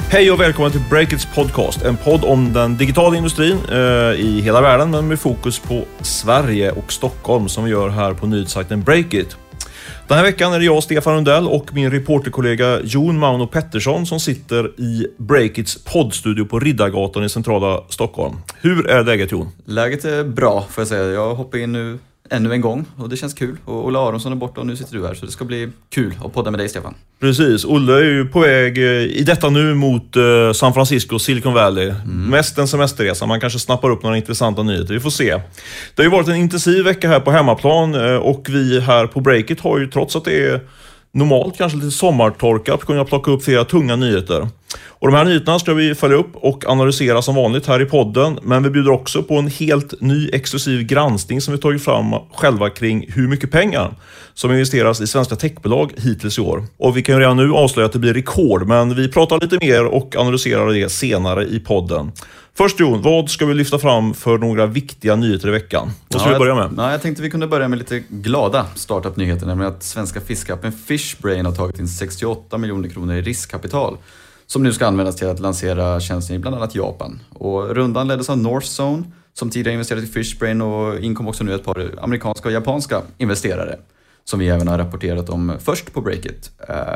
Hej och välkommen till Breakits podcast, en podd om den digitala industrin i hela världen, men med fokus på Sverige och Stockholm som vi gör här på nyhetssajten Breakit. Den här veckan är det jag, Stefan Rundell, och min reporterkollega Jon Mauno Pettersson som sitter i Breakits poddstudio på Riddargatan i centrala Stockholm. Hur är läget, Jon? Läget är bra, får jag säga. Jag hoppar in nu ännu en gång och det känns kul. Och Olle Aronsson är borta och nu sitter du här, så det ska bli kul att podda med dig, Stefan. Precis, Olle är ju på väg i detta nu mot San Francisco, Silicon Valley. Mest en semesterresa, man kanske snappar upp några intressanta nyheter, vi får se. Det har ju varit en intensiv vecka här på hemmaplan och vi här på Breakit har ju, trots att det är normalt kanske lite sommartorka, kunnat plocka upp flera tunga nyheter. Och de här nyheterna ska vi följa upp och analysera som vanligt här i podden, men vi bjuder också på en helt ny exklusiv granskning som vi tagit fram själva kring hur mycket pengar som investeras i svenska techbolag hittills i år. Och vi kan ju redan nu avslöja att det blir rekord, men vi pratar lite mer och analyserar det senare i podden. Först, Jon, vad ska vi lyfta fram för några viktiga nyheter i veckan? Vad ska vi börja med? Jag tänkte vi kunde börja med lite glada startup-nyheter, nämligen att svenska fiskappen Fishbrain har tagit in 68 miljoner kronor i riskkapital som nu ska användas till att lansera tjänsten i bland annat Japan. Och rundan leddes av Northzone som tidigare investerat i Fishbrain, och inkom också nu ett par amerikanska och japanska investerare som vi även har rapporterat om först på Breakit.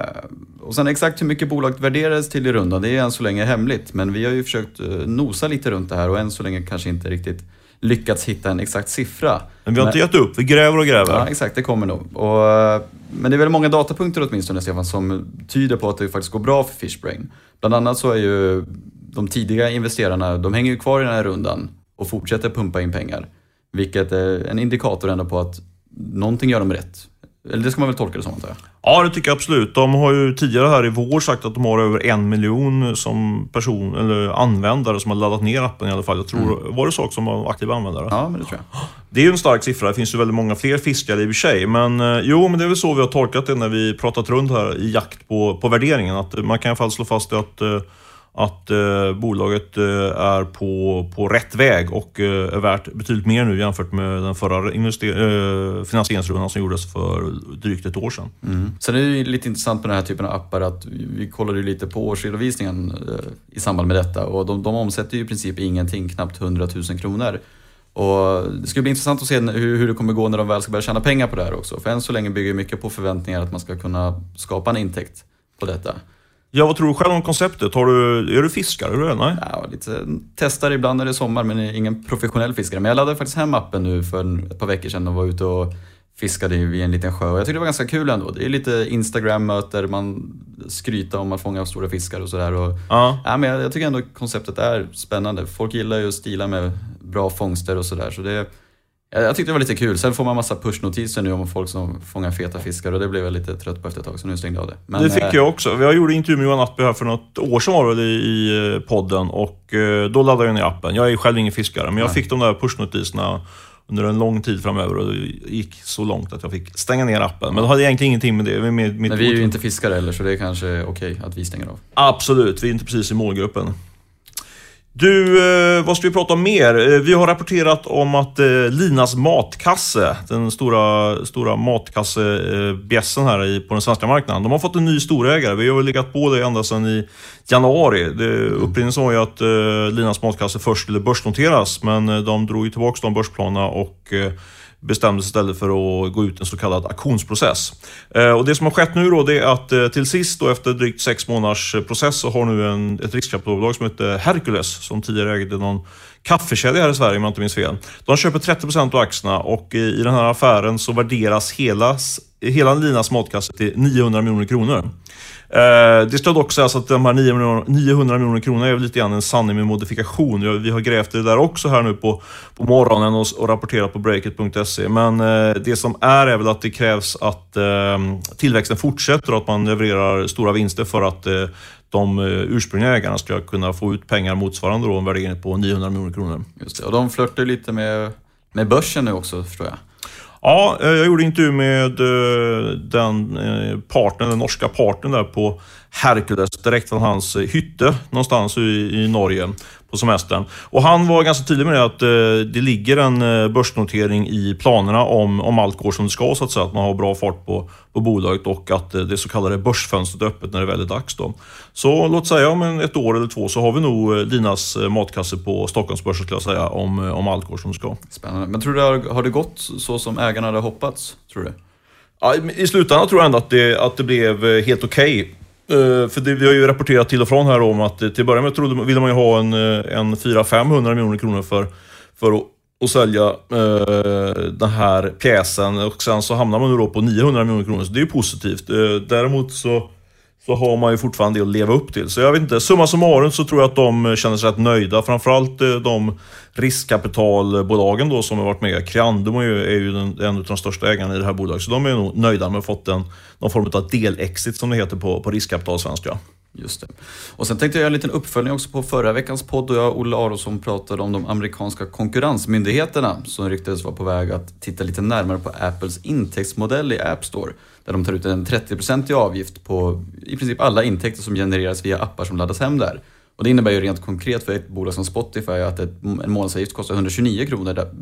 Och sen exakt hur mycket bolaget värderades till i rundan, det är än så länge hemligt, men vi har ju försökt nosa lite runt det här och än så länge kanske inte riktigt lyckats hitta en exakt siffra. Men vi har inte gett upp, vi gräver och gräver. Ja, exakt, det kommer nog. Men det är väl många datapunkter åtminstone, Stefan, som tyder på att det faktiskt går bra för Fishbrain. Bland annat så är ju de tidiga investerarna, de hänger ju kvar i den här rundan och fortsätter pumpa in pengar. Vilket är en indikator ändå på att någonting gör de rätt. Eller det ska man väl tolka det som, antar jag. Ja, det tycker jag absolut. De har ju tidigare här i vår sagt att de har över 1 miljon som person eller användare som har laddat ner appen i alla fall. Jag tror, var det sak som var aktiva användare? Ja, men det tror jag. Det är ju en stark siffra. Det finns ju väldigt många fler fiskare i och för sig. Men men det är väl så vi har tolkat det när vi pratat runt här i jakt på värderingen. Att man kan i alla fall slå fast att bolaget är på rätt väg och är värt betydligt mer nu jämfört med den förra finansieringsrundan som gjordes för drygt ett år sedan. Sen är det ju lite intressant med den här typen av appar att vi kollade ju lite på årsredovisningen i samband med detta, och de omsätter ju i princip ingenting, knappt 100 000 kronor. Och det ska bli intressant att se hur det kommer gå när de väl ska börja tjäna pengar på det här också. För än så länge bygger mycket på förväntningar att man ska kunna skapa en intäkt på detta. Ja, vad tror du själv om konceptet? Är du fiskare eller? Nej? Ja, lite testar ibland när det är sommar, men är ingen professionell fiskare. Men jag laddade faktiskt hem appen nu för ett par veckor sedan och var ute och fiskade vid en liten sjö. Och jag tyckte det var ganska kul ändå. Det är lite Instagram-möter, man skryter om att fånga stora fiskar och sådär. Men jag tycker ändå konceptet är spännande. Folk gillar ju att stila med bra fångster och sådär. Så jag tyckte det var lite kul. Sen får man massa pushnotiser nu om folk som fångar feta fiskar, och det blev jag lite trött på efter ett tag, så nu stängde jag det. Men, det fick jag också. Jag gjorde intervju med Johan Attby här för något år sedan var det i podden, och då laddade jag ner appen. Jag är själv ingen fiskare, men jag fick de där pushnotiserna under en lång tid framöver, och det gick så långt att jag fick stänga ner appen. Men det hade egentligen ingenting med det. Men vi är ju inte fiskare heller, så det är kanske okej att vi stänger av. Absolut, vi är inte precis i målgruppen. Du, vad ska vi prata om mer? Vi har rapporterat om att Linas matkasse, den stora matkassebjässen här på den svenska marknaden, de har fått en ny storägare. Vi har väl legat på det ända sedan i januari. Upprinnelsen var ju att Linas matkasse först skulle börsnoteras, men de drog ju tillbaka de börsplanerna och bestämde sig istället för att gå ut en så kallad auktionsprocess. Och det som har skett nu då, det är att till sist då, efter drygt 6 månaders process, så har nu ett riskkapitalbolag som heter Hercules, som tidigare ägde någon kaffekedja här i Sverige om jag inte minns fel. De köper 30% av aktierna, och i den här affären så värderas hela Linas matkasse till 900 miljoner kronor. Det ska dock sägas att de här 900 miljoner kronor är lite grann en sanning med modifikation. Vi har grävt det där också här nu på morgonen och rapporterat på breakit.se. Men det som är väl att det krävs att tillväxten fortsätter och att man levererar stora vinster för att de ursprungliga ägarna ska kunna få ut pengar motsvarande då en värdering på 900 miljoner kronor. Just det, och de flörtar lite med börsen nu också, förstår jag. Ja, jag gjorde intervju med den norska partnern där på Hercules, direkt från hans hytte någonstans i Norge, på semestern. Och han var ganska tydlig med det att det ligger en börsnotering i planerna om allt går som det ska, så att säga, att man har bra fart på bolaget och att det så kallade börsfönstret är öppet när det väl är dags då. Så låt säga om ett år eller två så har vi nog Linas matkasse på Stockholmsbörsen, skulle jag säga, om allt går som det ska. Spännande. Men tror du har det gått så som ägarna hade hoppats, tror du? Ja, i slutändan tror jag ändå att det blev helt okej. För vi har ju rapporterat till och från här om att till början med ville man ju ha en 400-500 miljoner kronor för att sälja den här pjäsen, och sen så hamnar man nu då på 900 miljoner kronor, så det är ju positivt. Däremot så har man ju fortfarande det att leva upp till. Så jag vet inte, summa summarum så tror jag att de känner sig rätt nöjda. Framförallt de riskkapitalbolagen då som har varit med. Creandum är ju en av de största ägarna i det här bolaget. Så de är nog nöjda med att ha fått någon form av delexit som det heter på riskkapitalsvenska. Just det. Och sen tänkte jag göra en liten uppföljning också på förra veckans podd, och jag och Olle Aronsson pratade om de amerikanska konkurrensmyndigheterna som ryktades vara på väg att titta lite närmare på Apples intäktsmodell i App Store, där de tar ut en 30% avgift på i princip alla intäkter som genereras via appar som laddas hem där. Och det innebär ju rent konkret för ett bolag som Spotify att en månadsavgift kostar 129 kronor där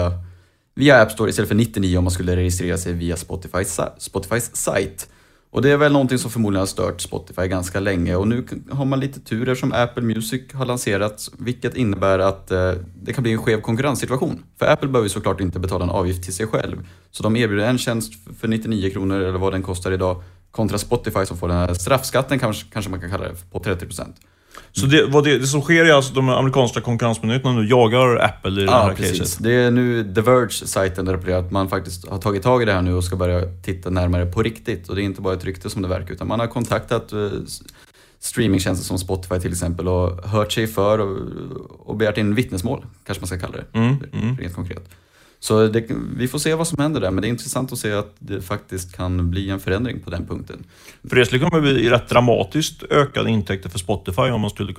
via App Store istället för 99 om man skulle registrera sig via Spotifys sajt. Och det är väl någonting som förmodligen har stört Spotify ganska länge, och nu har man lite tur eftersom Apple Music har lanserats, vilket innebär att det kan bli en skev konkurrenssituation. För Apple behöver ju såklart inte betala en avgift till sig själv, så de erbjuder en tjänst för 99 kronor eller vad den kostar idag, kontra Spotify som får den här straffskatten kanske man kan kalla det, på 30%. Så det som sker är alltså de amerikanska konkurrensmyndigheterna nu jagar Apple i det här caset? Det är nu The Verge-sajten där det rapporterar att man faktiskt har tagit tag i det här nu och ska börja titta närmare på riktigt. Och det är inte bara ett rykte som det verkar, utan man har kontaktat streamingtjänster som Spotify till exempel och hört sig för och begärt in vittnesmål, kanske man ska kalla det, rent konkret. Så vi får se vad som händer där, men det är intressant att se att det faktiskt kan bli en förändring på den punkten. För det skulle kunna bli rätt dramatiskt ökade intäkter för Spotify om man skulle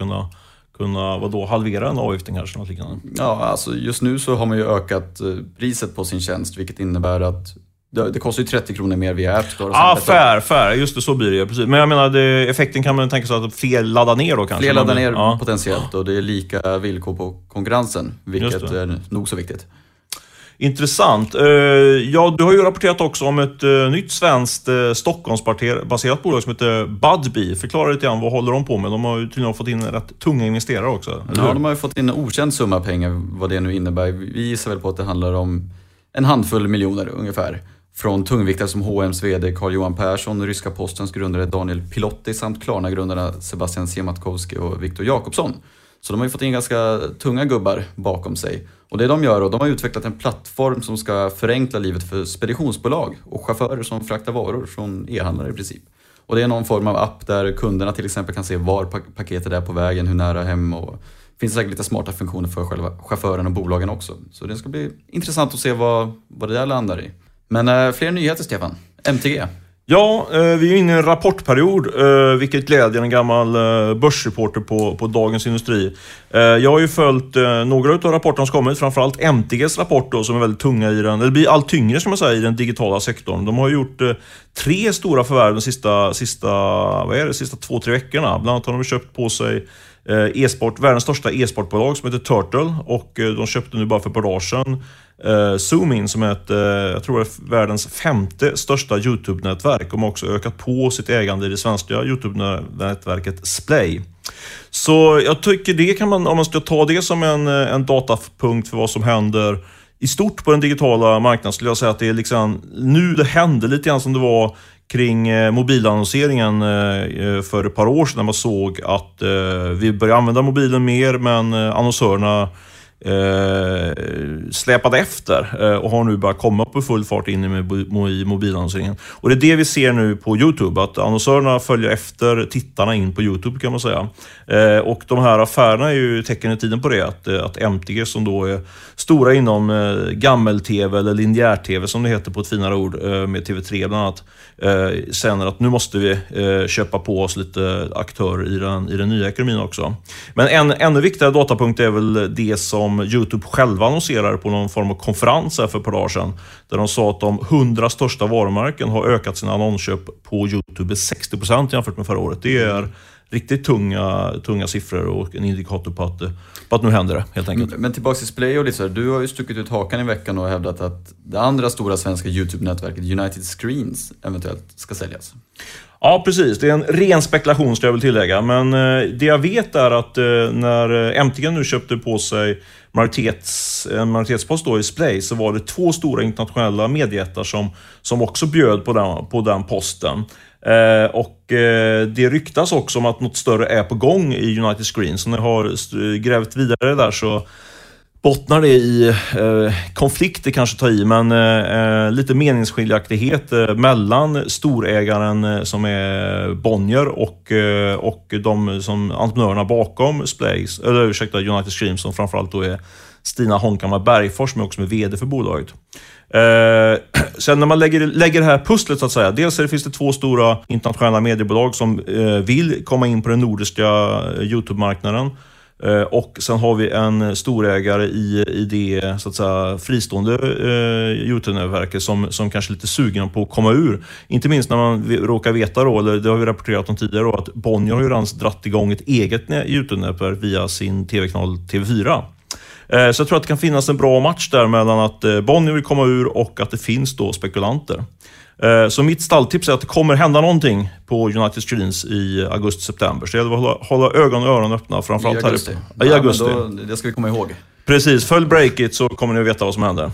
kunna halvera en avgiften kanske, något liknande. Ja, alltså just nu så har man ju ökat priset på sin tjänst, vilket innebär att det kostar ju 30 kronor mer via App Store. Fair. Just det, så blir det precis. Men jag menar, effekten kan man tänka sig att fler laddar ner då kanske? Fler laddar ner potentiellt, och det är lika villkor på konkurrensen, vilket är nog så viktigt. Intressant. Ja, du har ju rapporterat också om ett nytt svenskt Stockholmsbaserat bolag som heter Budbee. Förklara lite grann, vad håller de på med? De har ju tydligen fått in rätt tunga investerare också. Ja, de har ju fått in en okänd summa pengar, vad det nu innebär. Vi gissar väl på att det handlar om en handfull miljoner ungefär. Från tungviktare som H&M's vd Carl-Johan Persson, Ryska Postens grundare Daniel Pilotti samt Klarna-grundarna Sebastian Siemiatkowski och Viktor Jakobsson. Så de har ju fått in ganska tunga gubbar bakom sig. Och det de gör, och de har utvecklat en plattform som ska förenkla livet för speditionsbolag och chaufförer som fraktar varor från e-handlare i princip. Och det är någon form av app där kunderna till exempel kan se var paketet är på vägen, hur nära hem, och det finns säkert lite smarta funktioner för själva chauffören och bolagen också. Så det ska bli intressant att se vad det där landar i. Men fler nyheter, Stefan. MTG. Ja, vi är inne i en rapportperiod, vilket glädjer en gammal börsreporter på Dagens Industri. Jag har ju följt några av rapporterna som kommit, framförallt MTGs rapport då, som är väldigt tunga i den, eller blir allt tyngre ska man säga, i den digitala sektorn. De har gjort 3 stora förvärv de sista 2-3 veckorna. Bland annat har de köpt på sig världens största e-sportbolag som heter Turtle, och de köpte nu bara för ett par dagar sedan Zoomin som är jag tror det är världens 5:e största YouTube-nätverk, och har också ökat på sitt ägande i det svenska YouTube-nätverket Splay. Så jag tycker det kan man, om man ska ta det som en datapunkt för vad som händer i stort på den digitala marknaden, skulle jag säga att det är liksom nu det händer lite grann som det var kring mobilannonseringen för ett par år sedan, när man såg att vi började använda mobilen mer, men annonsörerna släpade efter och har nu börjat komma på full fart in i mobilannonseringen. Och det är det vi ser nu på YouTube, att annonsörerna följer efter tittarna in på YouTube, kan man säga. Och de här affärerna är ju tecken i tiden på det, att MTG som då är stora inom gammel-tv eller linjär-tv som det heter på ett finare ord, med TV3 bland annat, känner att nu måste vi köpa på oss lite aktörer i den nya ekonomin också. Men en ännu viktigare datapunkt är väl det som YouTube själva annonserar på någon form av konferens här för ett par dagar sedan, där de sa att de 100 största varumärken har ökat sina annonsköp på YouTube med 60% jämfört med förra året. Det är riktigt tunga siffror och en indikator på att nu händer det helt enkelt. Men tillbaka till Splay och lite så här, du har ju stuckit ut hakan i veckan och hävdat att det andra stora svenska YouTube-nätverket United Screens eventuellt ska säljas. Ja, precis. Det är en ren spekulation ska jag väl tillägga. Men det jag vet är att när MTG nu köpte på sig en majoritetspost då i Splay, så var det 2 stora internationella mediejättar som också bjöd på den posten. Och det ryktas också om att något större är på gång i United Screens. Så när jag har grävt vidare där så bottnar det i konflikter kanske ta i, men lite meningsskiljaktighet mellan storägaren som är Bonnier och de som entreprenörerna bakom Splays, eller United Screens, som framförallt då är Stina Honkammar Bergfors som också är vd för bolaget. Sen när man lägger det här pusslet så att säga, dels finns det 2 stora internationella mediebolag som vill komma in på den nordiska YouTube-marknaden. Och sen har vi en storägare i det så att säga fristående YouTube-nätverket som kanske är lite sugen på att komma ur. Inte minst när man råkar veta då, eller det har vi rapporterat om tidigare då, att Bonnier har ju redan dratt igång ett eget YouTube-nätverk via sin tv-kanal TV4. Så jag tror att det kan finnas en bra match där mellan att Bonnier vill komma ur och att det finns då spekulanter. Så mitt stalltips är att det kommer hända någonting på United Screens i augusti-september. Så det gäller att hålla ögon och öron öppna framförallt här i augusti. Det ska vi komma ihåg. Precis, följ Breakit så kommer ni att veta vad som händer.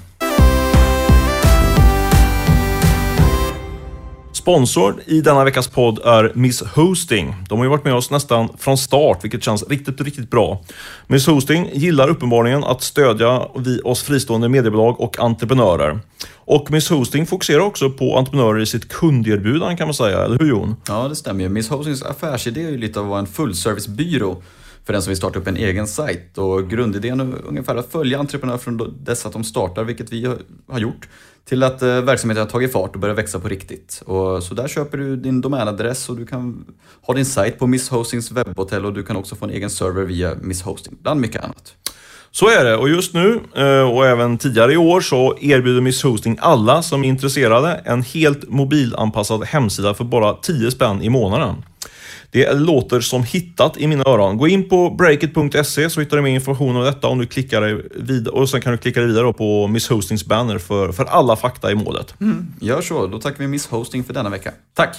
Sponsor i denna veckas podd är Miss Hosting. De har ju varit med oss nästan från start, vilket känns riktigt bra. Miss Hosting gillar uppenbarligen att stödja oss fristående mediebolag och entreprenörer. Och Miss Hosting fokuserar också på entreprenörer i sitt kunderbjudande kan man säga, eller hur Jon? Ja, det stämmer ju. Miss Hostings affärsidé är ju lite av att vara en fullservicebyrå för den som vill starta upp en egen sajt. Och grundidén är ungefär att följa entreprenörer från dess att de startar, vilket vi har gjort, till att verksamheten har tagit fart och börjar växa på riktigt. Och så där köper du din domänadress och du kan ha din sajt på Miss Hostings webbhotell och du kan också få en egen server via Miss Hosting, bland mycket annat. Så är det, och just nu och även tidigare i år så erbjuder Miss Hosting alla som är intresserade en helt mobilanpassad hemsida för bara 10 spänn i månaden. Det låter som hittat i mina öron. Gå in på breakit.se så hittar du mer information om detta om du klickar vidare, och sen kan du klicka vidare på Miss Hostings banner för alla fakta i målet. Gör så, då tackar vi Miss Hosting för denna vecka. Tack!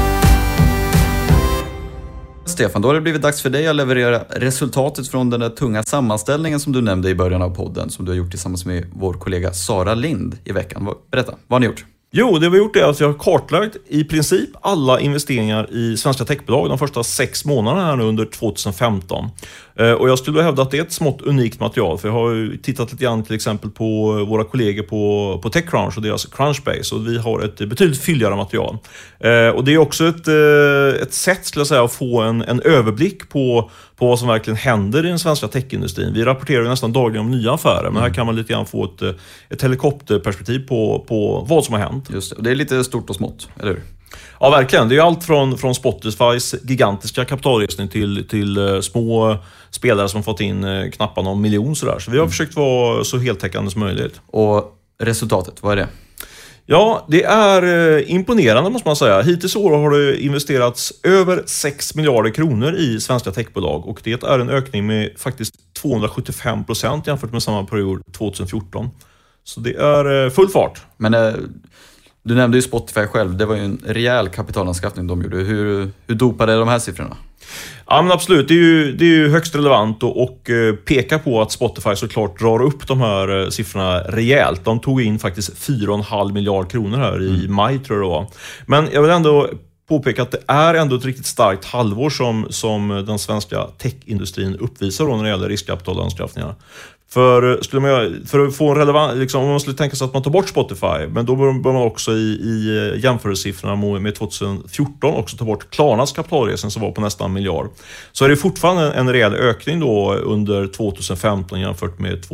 Stefan, då har det blivit dags för dig att leverera resultatet från den där tunga sammanställningen som du nämnde i början av podden, som du har gjort tillsammans med vår kollega Sara Lind i veckan. Berätta, vad har ni gjort? Jo, det vi har gjort är att jag har kartlagt i princip alla investeringar i svenska techbolag de första 6 månaderna här nu under 2015. Och jag skulle hävda att det är ett smått unikt material, för jag har ju tittat lite grann till exempel på våra kollegor på TechCrunch och deras Crunchbase, och vi har ett betydligt fylligare material. Och det är också ett sätt skulle jag säga att få en överblick på vad som verkligen händer i den svenska techindustrin. Vi rapporterar ju nästan dagligen om nya affärer, men här kan man lite grann få ett helikopterperspektiv på vad som har hänt. Just det, och det är lite stort och smått, eller hur? Ja, verkligen. Det är allt från Spotifys gigantiska kapitalresning till små spelare som fått in knappt någon miljon sådär. Så vi har försökt vara så heltäckande som möjligt. Och resultatet, vad är det? Ja, det är imponerande måste man säga. Hittills i år har det investerats över 6 miljarder kronor i svenska techbolag, och det är en ökning med faktiskt 275% jämfört med samma period 2014. Så det är full fart. Men du nämnde ju Spotify själv, det var ju en rejäl kapitalanskaffning de gjorde. Hur dopade de här siffrorna? Ja, men absolut, det är ju högst relevant och pekar på att Spotify såklart drar upp de här siffrorna rejält. De tog in faktiskt 4,5 miljard kronor här i maj tror jag det var. Men jag vill ändå påpeka att det är ändå ett riktigt starkt halvår som den svenska techindustrin uppvisar då när det gäller riskkapitalanskaffningar. För att få en relevant, liksom, om man skulle tänka sig att man tar bort Spotify, men då bör man också i jämförelsesiffrorna med 2014 också ta bort Klarnas kapitalresen som var på nästan 1 miljard. Så är det fortfarande en rejäl ökning då under 2015 jämfört med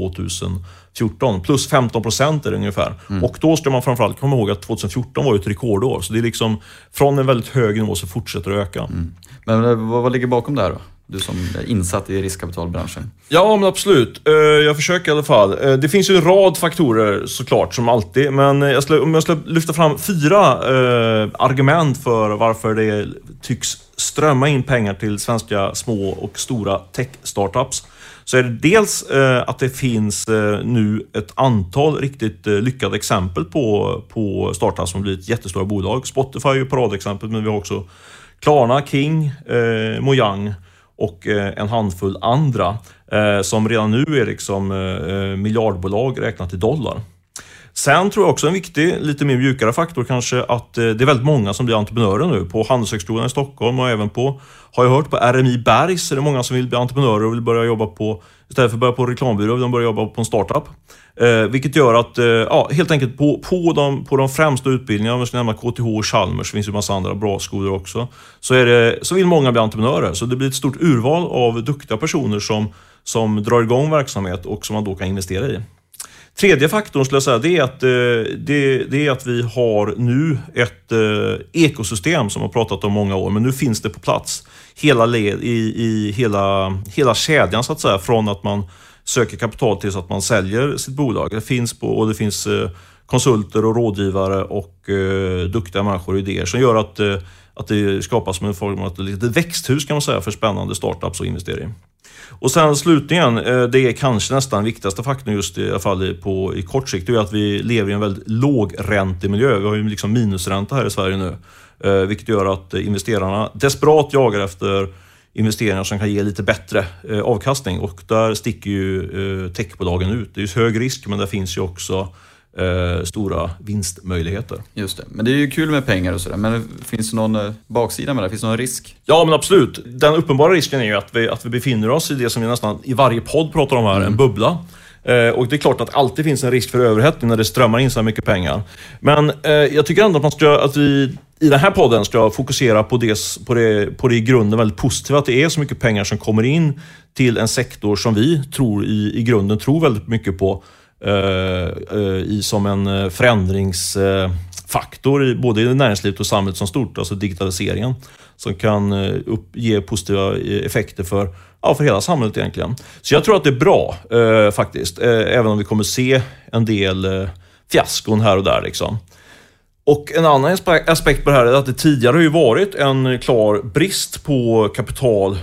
2014. Plus 15% är det ungefär. Och då ska man framförallt komma ihåg att 2014 var ett rekordår. Så det är liksom från en väldigt hög nivå så fortsätter det öka. Men vad ligger bakom det här då? Du som är insatt i riskkapitalbranschen. Ja, men absolut. Jag försöker i alla fall. Det finns ju en rad faktorer såklart som alltid. Men om jag ska lyfta fram 4 argument för varför det tycks strömma in pengar till svenska små och stora tech-startups, så är det dels att det finns nu ett antal riktigt lyckade exempel på startups som blivit jättestora bolag. Spotify är ju paradexempel, men vi har också Klarna, King, Mojang och en handfull andra som redan nu är liksom miljardbolag räknat i dollar. Sen tror jag också en viktig, lite mer mjukare faktor kanske, att det är väldigt många som blir entreprenörer nu på Handelshögskolan i Stockholm, och även på, har jag hört, på RMI Bergs är det många som vill bli entreprenörer och vill börja jobba på, istället för att börja på reklambyrå, vill de börja jobba på en startup. Vilket gör att helt enkelt på de främsta utbildningarna, om jag ska nämna KTH och Chalmers, finns ju en massa andra bra skolor också, så vill många bli entreprenörer. Så det blir ett stort urval av duktiga personer som drar igång verksamhet och som man då kan investera i. Tredje faktorn skulle jag säga, det är att vi har nu ett ekosystem som har pratat om många år, men nu finns det på plats i hela kedjan så att säga, från att man söker kapital tills att man säljer sitt bolag. Det finns konsulter och rådgivare och duktiga människor och idéer som gör att det skapas som en form av ett växthus kan man säga för spännande startups och investeringar. Och sen slutligen, det är kanske nästan viktigaste faktorn just i alla fall i kort sikt, det är att vi lever i en väldigt låg räntemiljö. Vi har ju liksom minusränta här i Sverige nu, vilket gör att investerarna desperat jagar efter investeringar som kan ge lite bättre avkastning, och där sticker ju techbolagen ut. Det är ju hög risk, men det finns ju också stora vinstmöjligheter. Just det, men det är ju kul med pengar och sådär, men finns det någon baksida med det? Finns det någon risk? Ja, men absolut. Den uppenbara risken är ju att vi befinner oss i det som vi nästan i varje podd pratar om här, en bubbla. Och det är klart att alltid finns en risk för överhettning när det strömmar in så mycket pengar. Men jag tycker ändå att vi i den här podden ska fokusera på det i grunden väldigt positiva, att det är så mycket pengar som kommer in till en sektor som vi tror i grunden tror väldigt mycket på, som en förändringsfaktor både i näringslivet och samhället som stort, alltså digitaliseringen, som kan ge positiva effekter för hela samhället egentligen. Så jag tror att det är bra faktiskt, även om vi kommer se en del fiaskon här och där liksom. Och en annan aspekt på det här är att det tidigare har ju varit en klar brist på kapital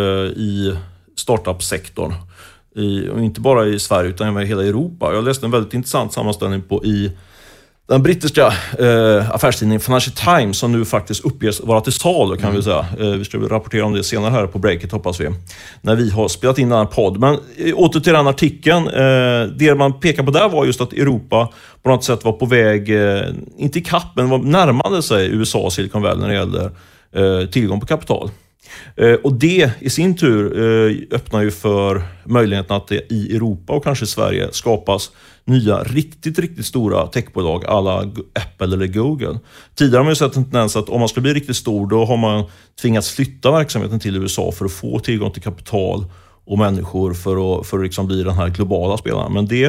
i startup-sektorn. Och inte bara i Sverige utan även i hela Europa. Jag läste en väldigt intressant sammanställning i den brittiska affärstidningen Financial Times, som nu faktiskt uppges vara till salu kan vi säga. Vi ska rapportera om det senare här på breaket, hoppas vi, när vi har spelat in den här podd. Men åter till den artikeln. Det man pekar på där var just att Europa på något sätt var på väg, inte i kapp, men var närmade sig USA och Silicon Valley när det gäller tillgång på kapital. Och det i sin tur öppnar ju för möjligheten att det i Europa och kanske i Sverige skapas nya riktigt stora techbolag alla Apple eller Google. Tidigare har man ju sett en tendens att om man ska bli riktigt stor, då har man tvingats flytta verksamheten till USA för att få tillgång till kapital och människor för att liksom bli den här globala spelaren. Men det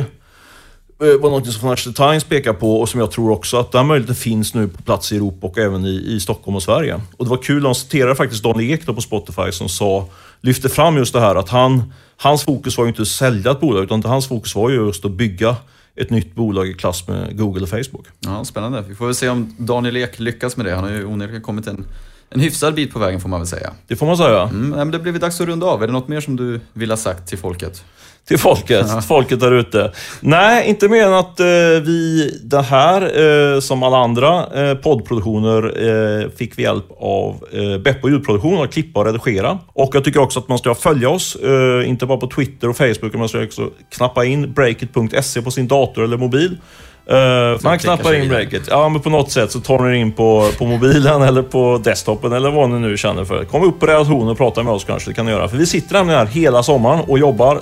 var något som Financial Times pekar på, och som jag tror också att den möjligheten finns nu på plats i Europa och även i Stockholm och Sverige. Och det var kul, de citerade faktiskt Daniel Ek på Spotify som lyfte fram just det här att hans fokus var ju inte att sälja ett bolag, utan hans fokus var ju just att bygga ett nytt bolag i klass med Google och Facebook. Ja, spännande. Vi får väl se om Daniel Ek lyckas med det. Han har ju onekligen kommit en hyfsad bit på vägen, får man väl säga. Det får man säga. Men det blir dags att runda av. Är det något mer som du vill ha sagt till folket? Till folket där ute. Nej, inte mer än att vi det här som alla andra poddproduktioner fick vi hjälp av Beppo ljudproduktion att klippa och redigera. Och jag tycker också att man ska följa oss, inte bara på Twitter och Facebook, utan man ska också knappa in breakit.se på sin dator eller mobil. Man knappar in breaket. Ja, men på något sätt så tar ni in på mobilen eller på desktopen eller vad ni nu känner för. Kom upp på redaktionen och prata med oss kanske, det kan ni göra. För vi sitter här hela sommaren och jobbar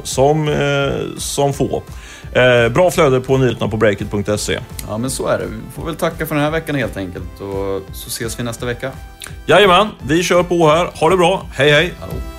som få. Bra flöde på nyheterna på breakit.se. Ja, men så är det. Vi får väl tacka för den här veckan helt enkelt, och så ses vi nästa vecka. Jajamän, vi kör på här. Ha det bra. Hej hej. Hallå.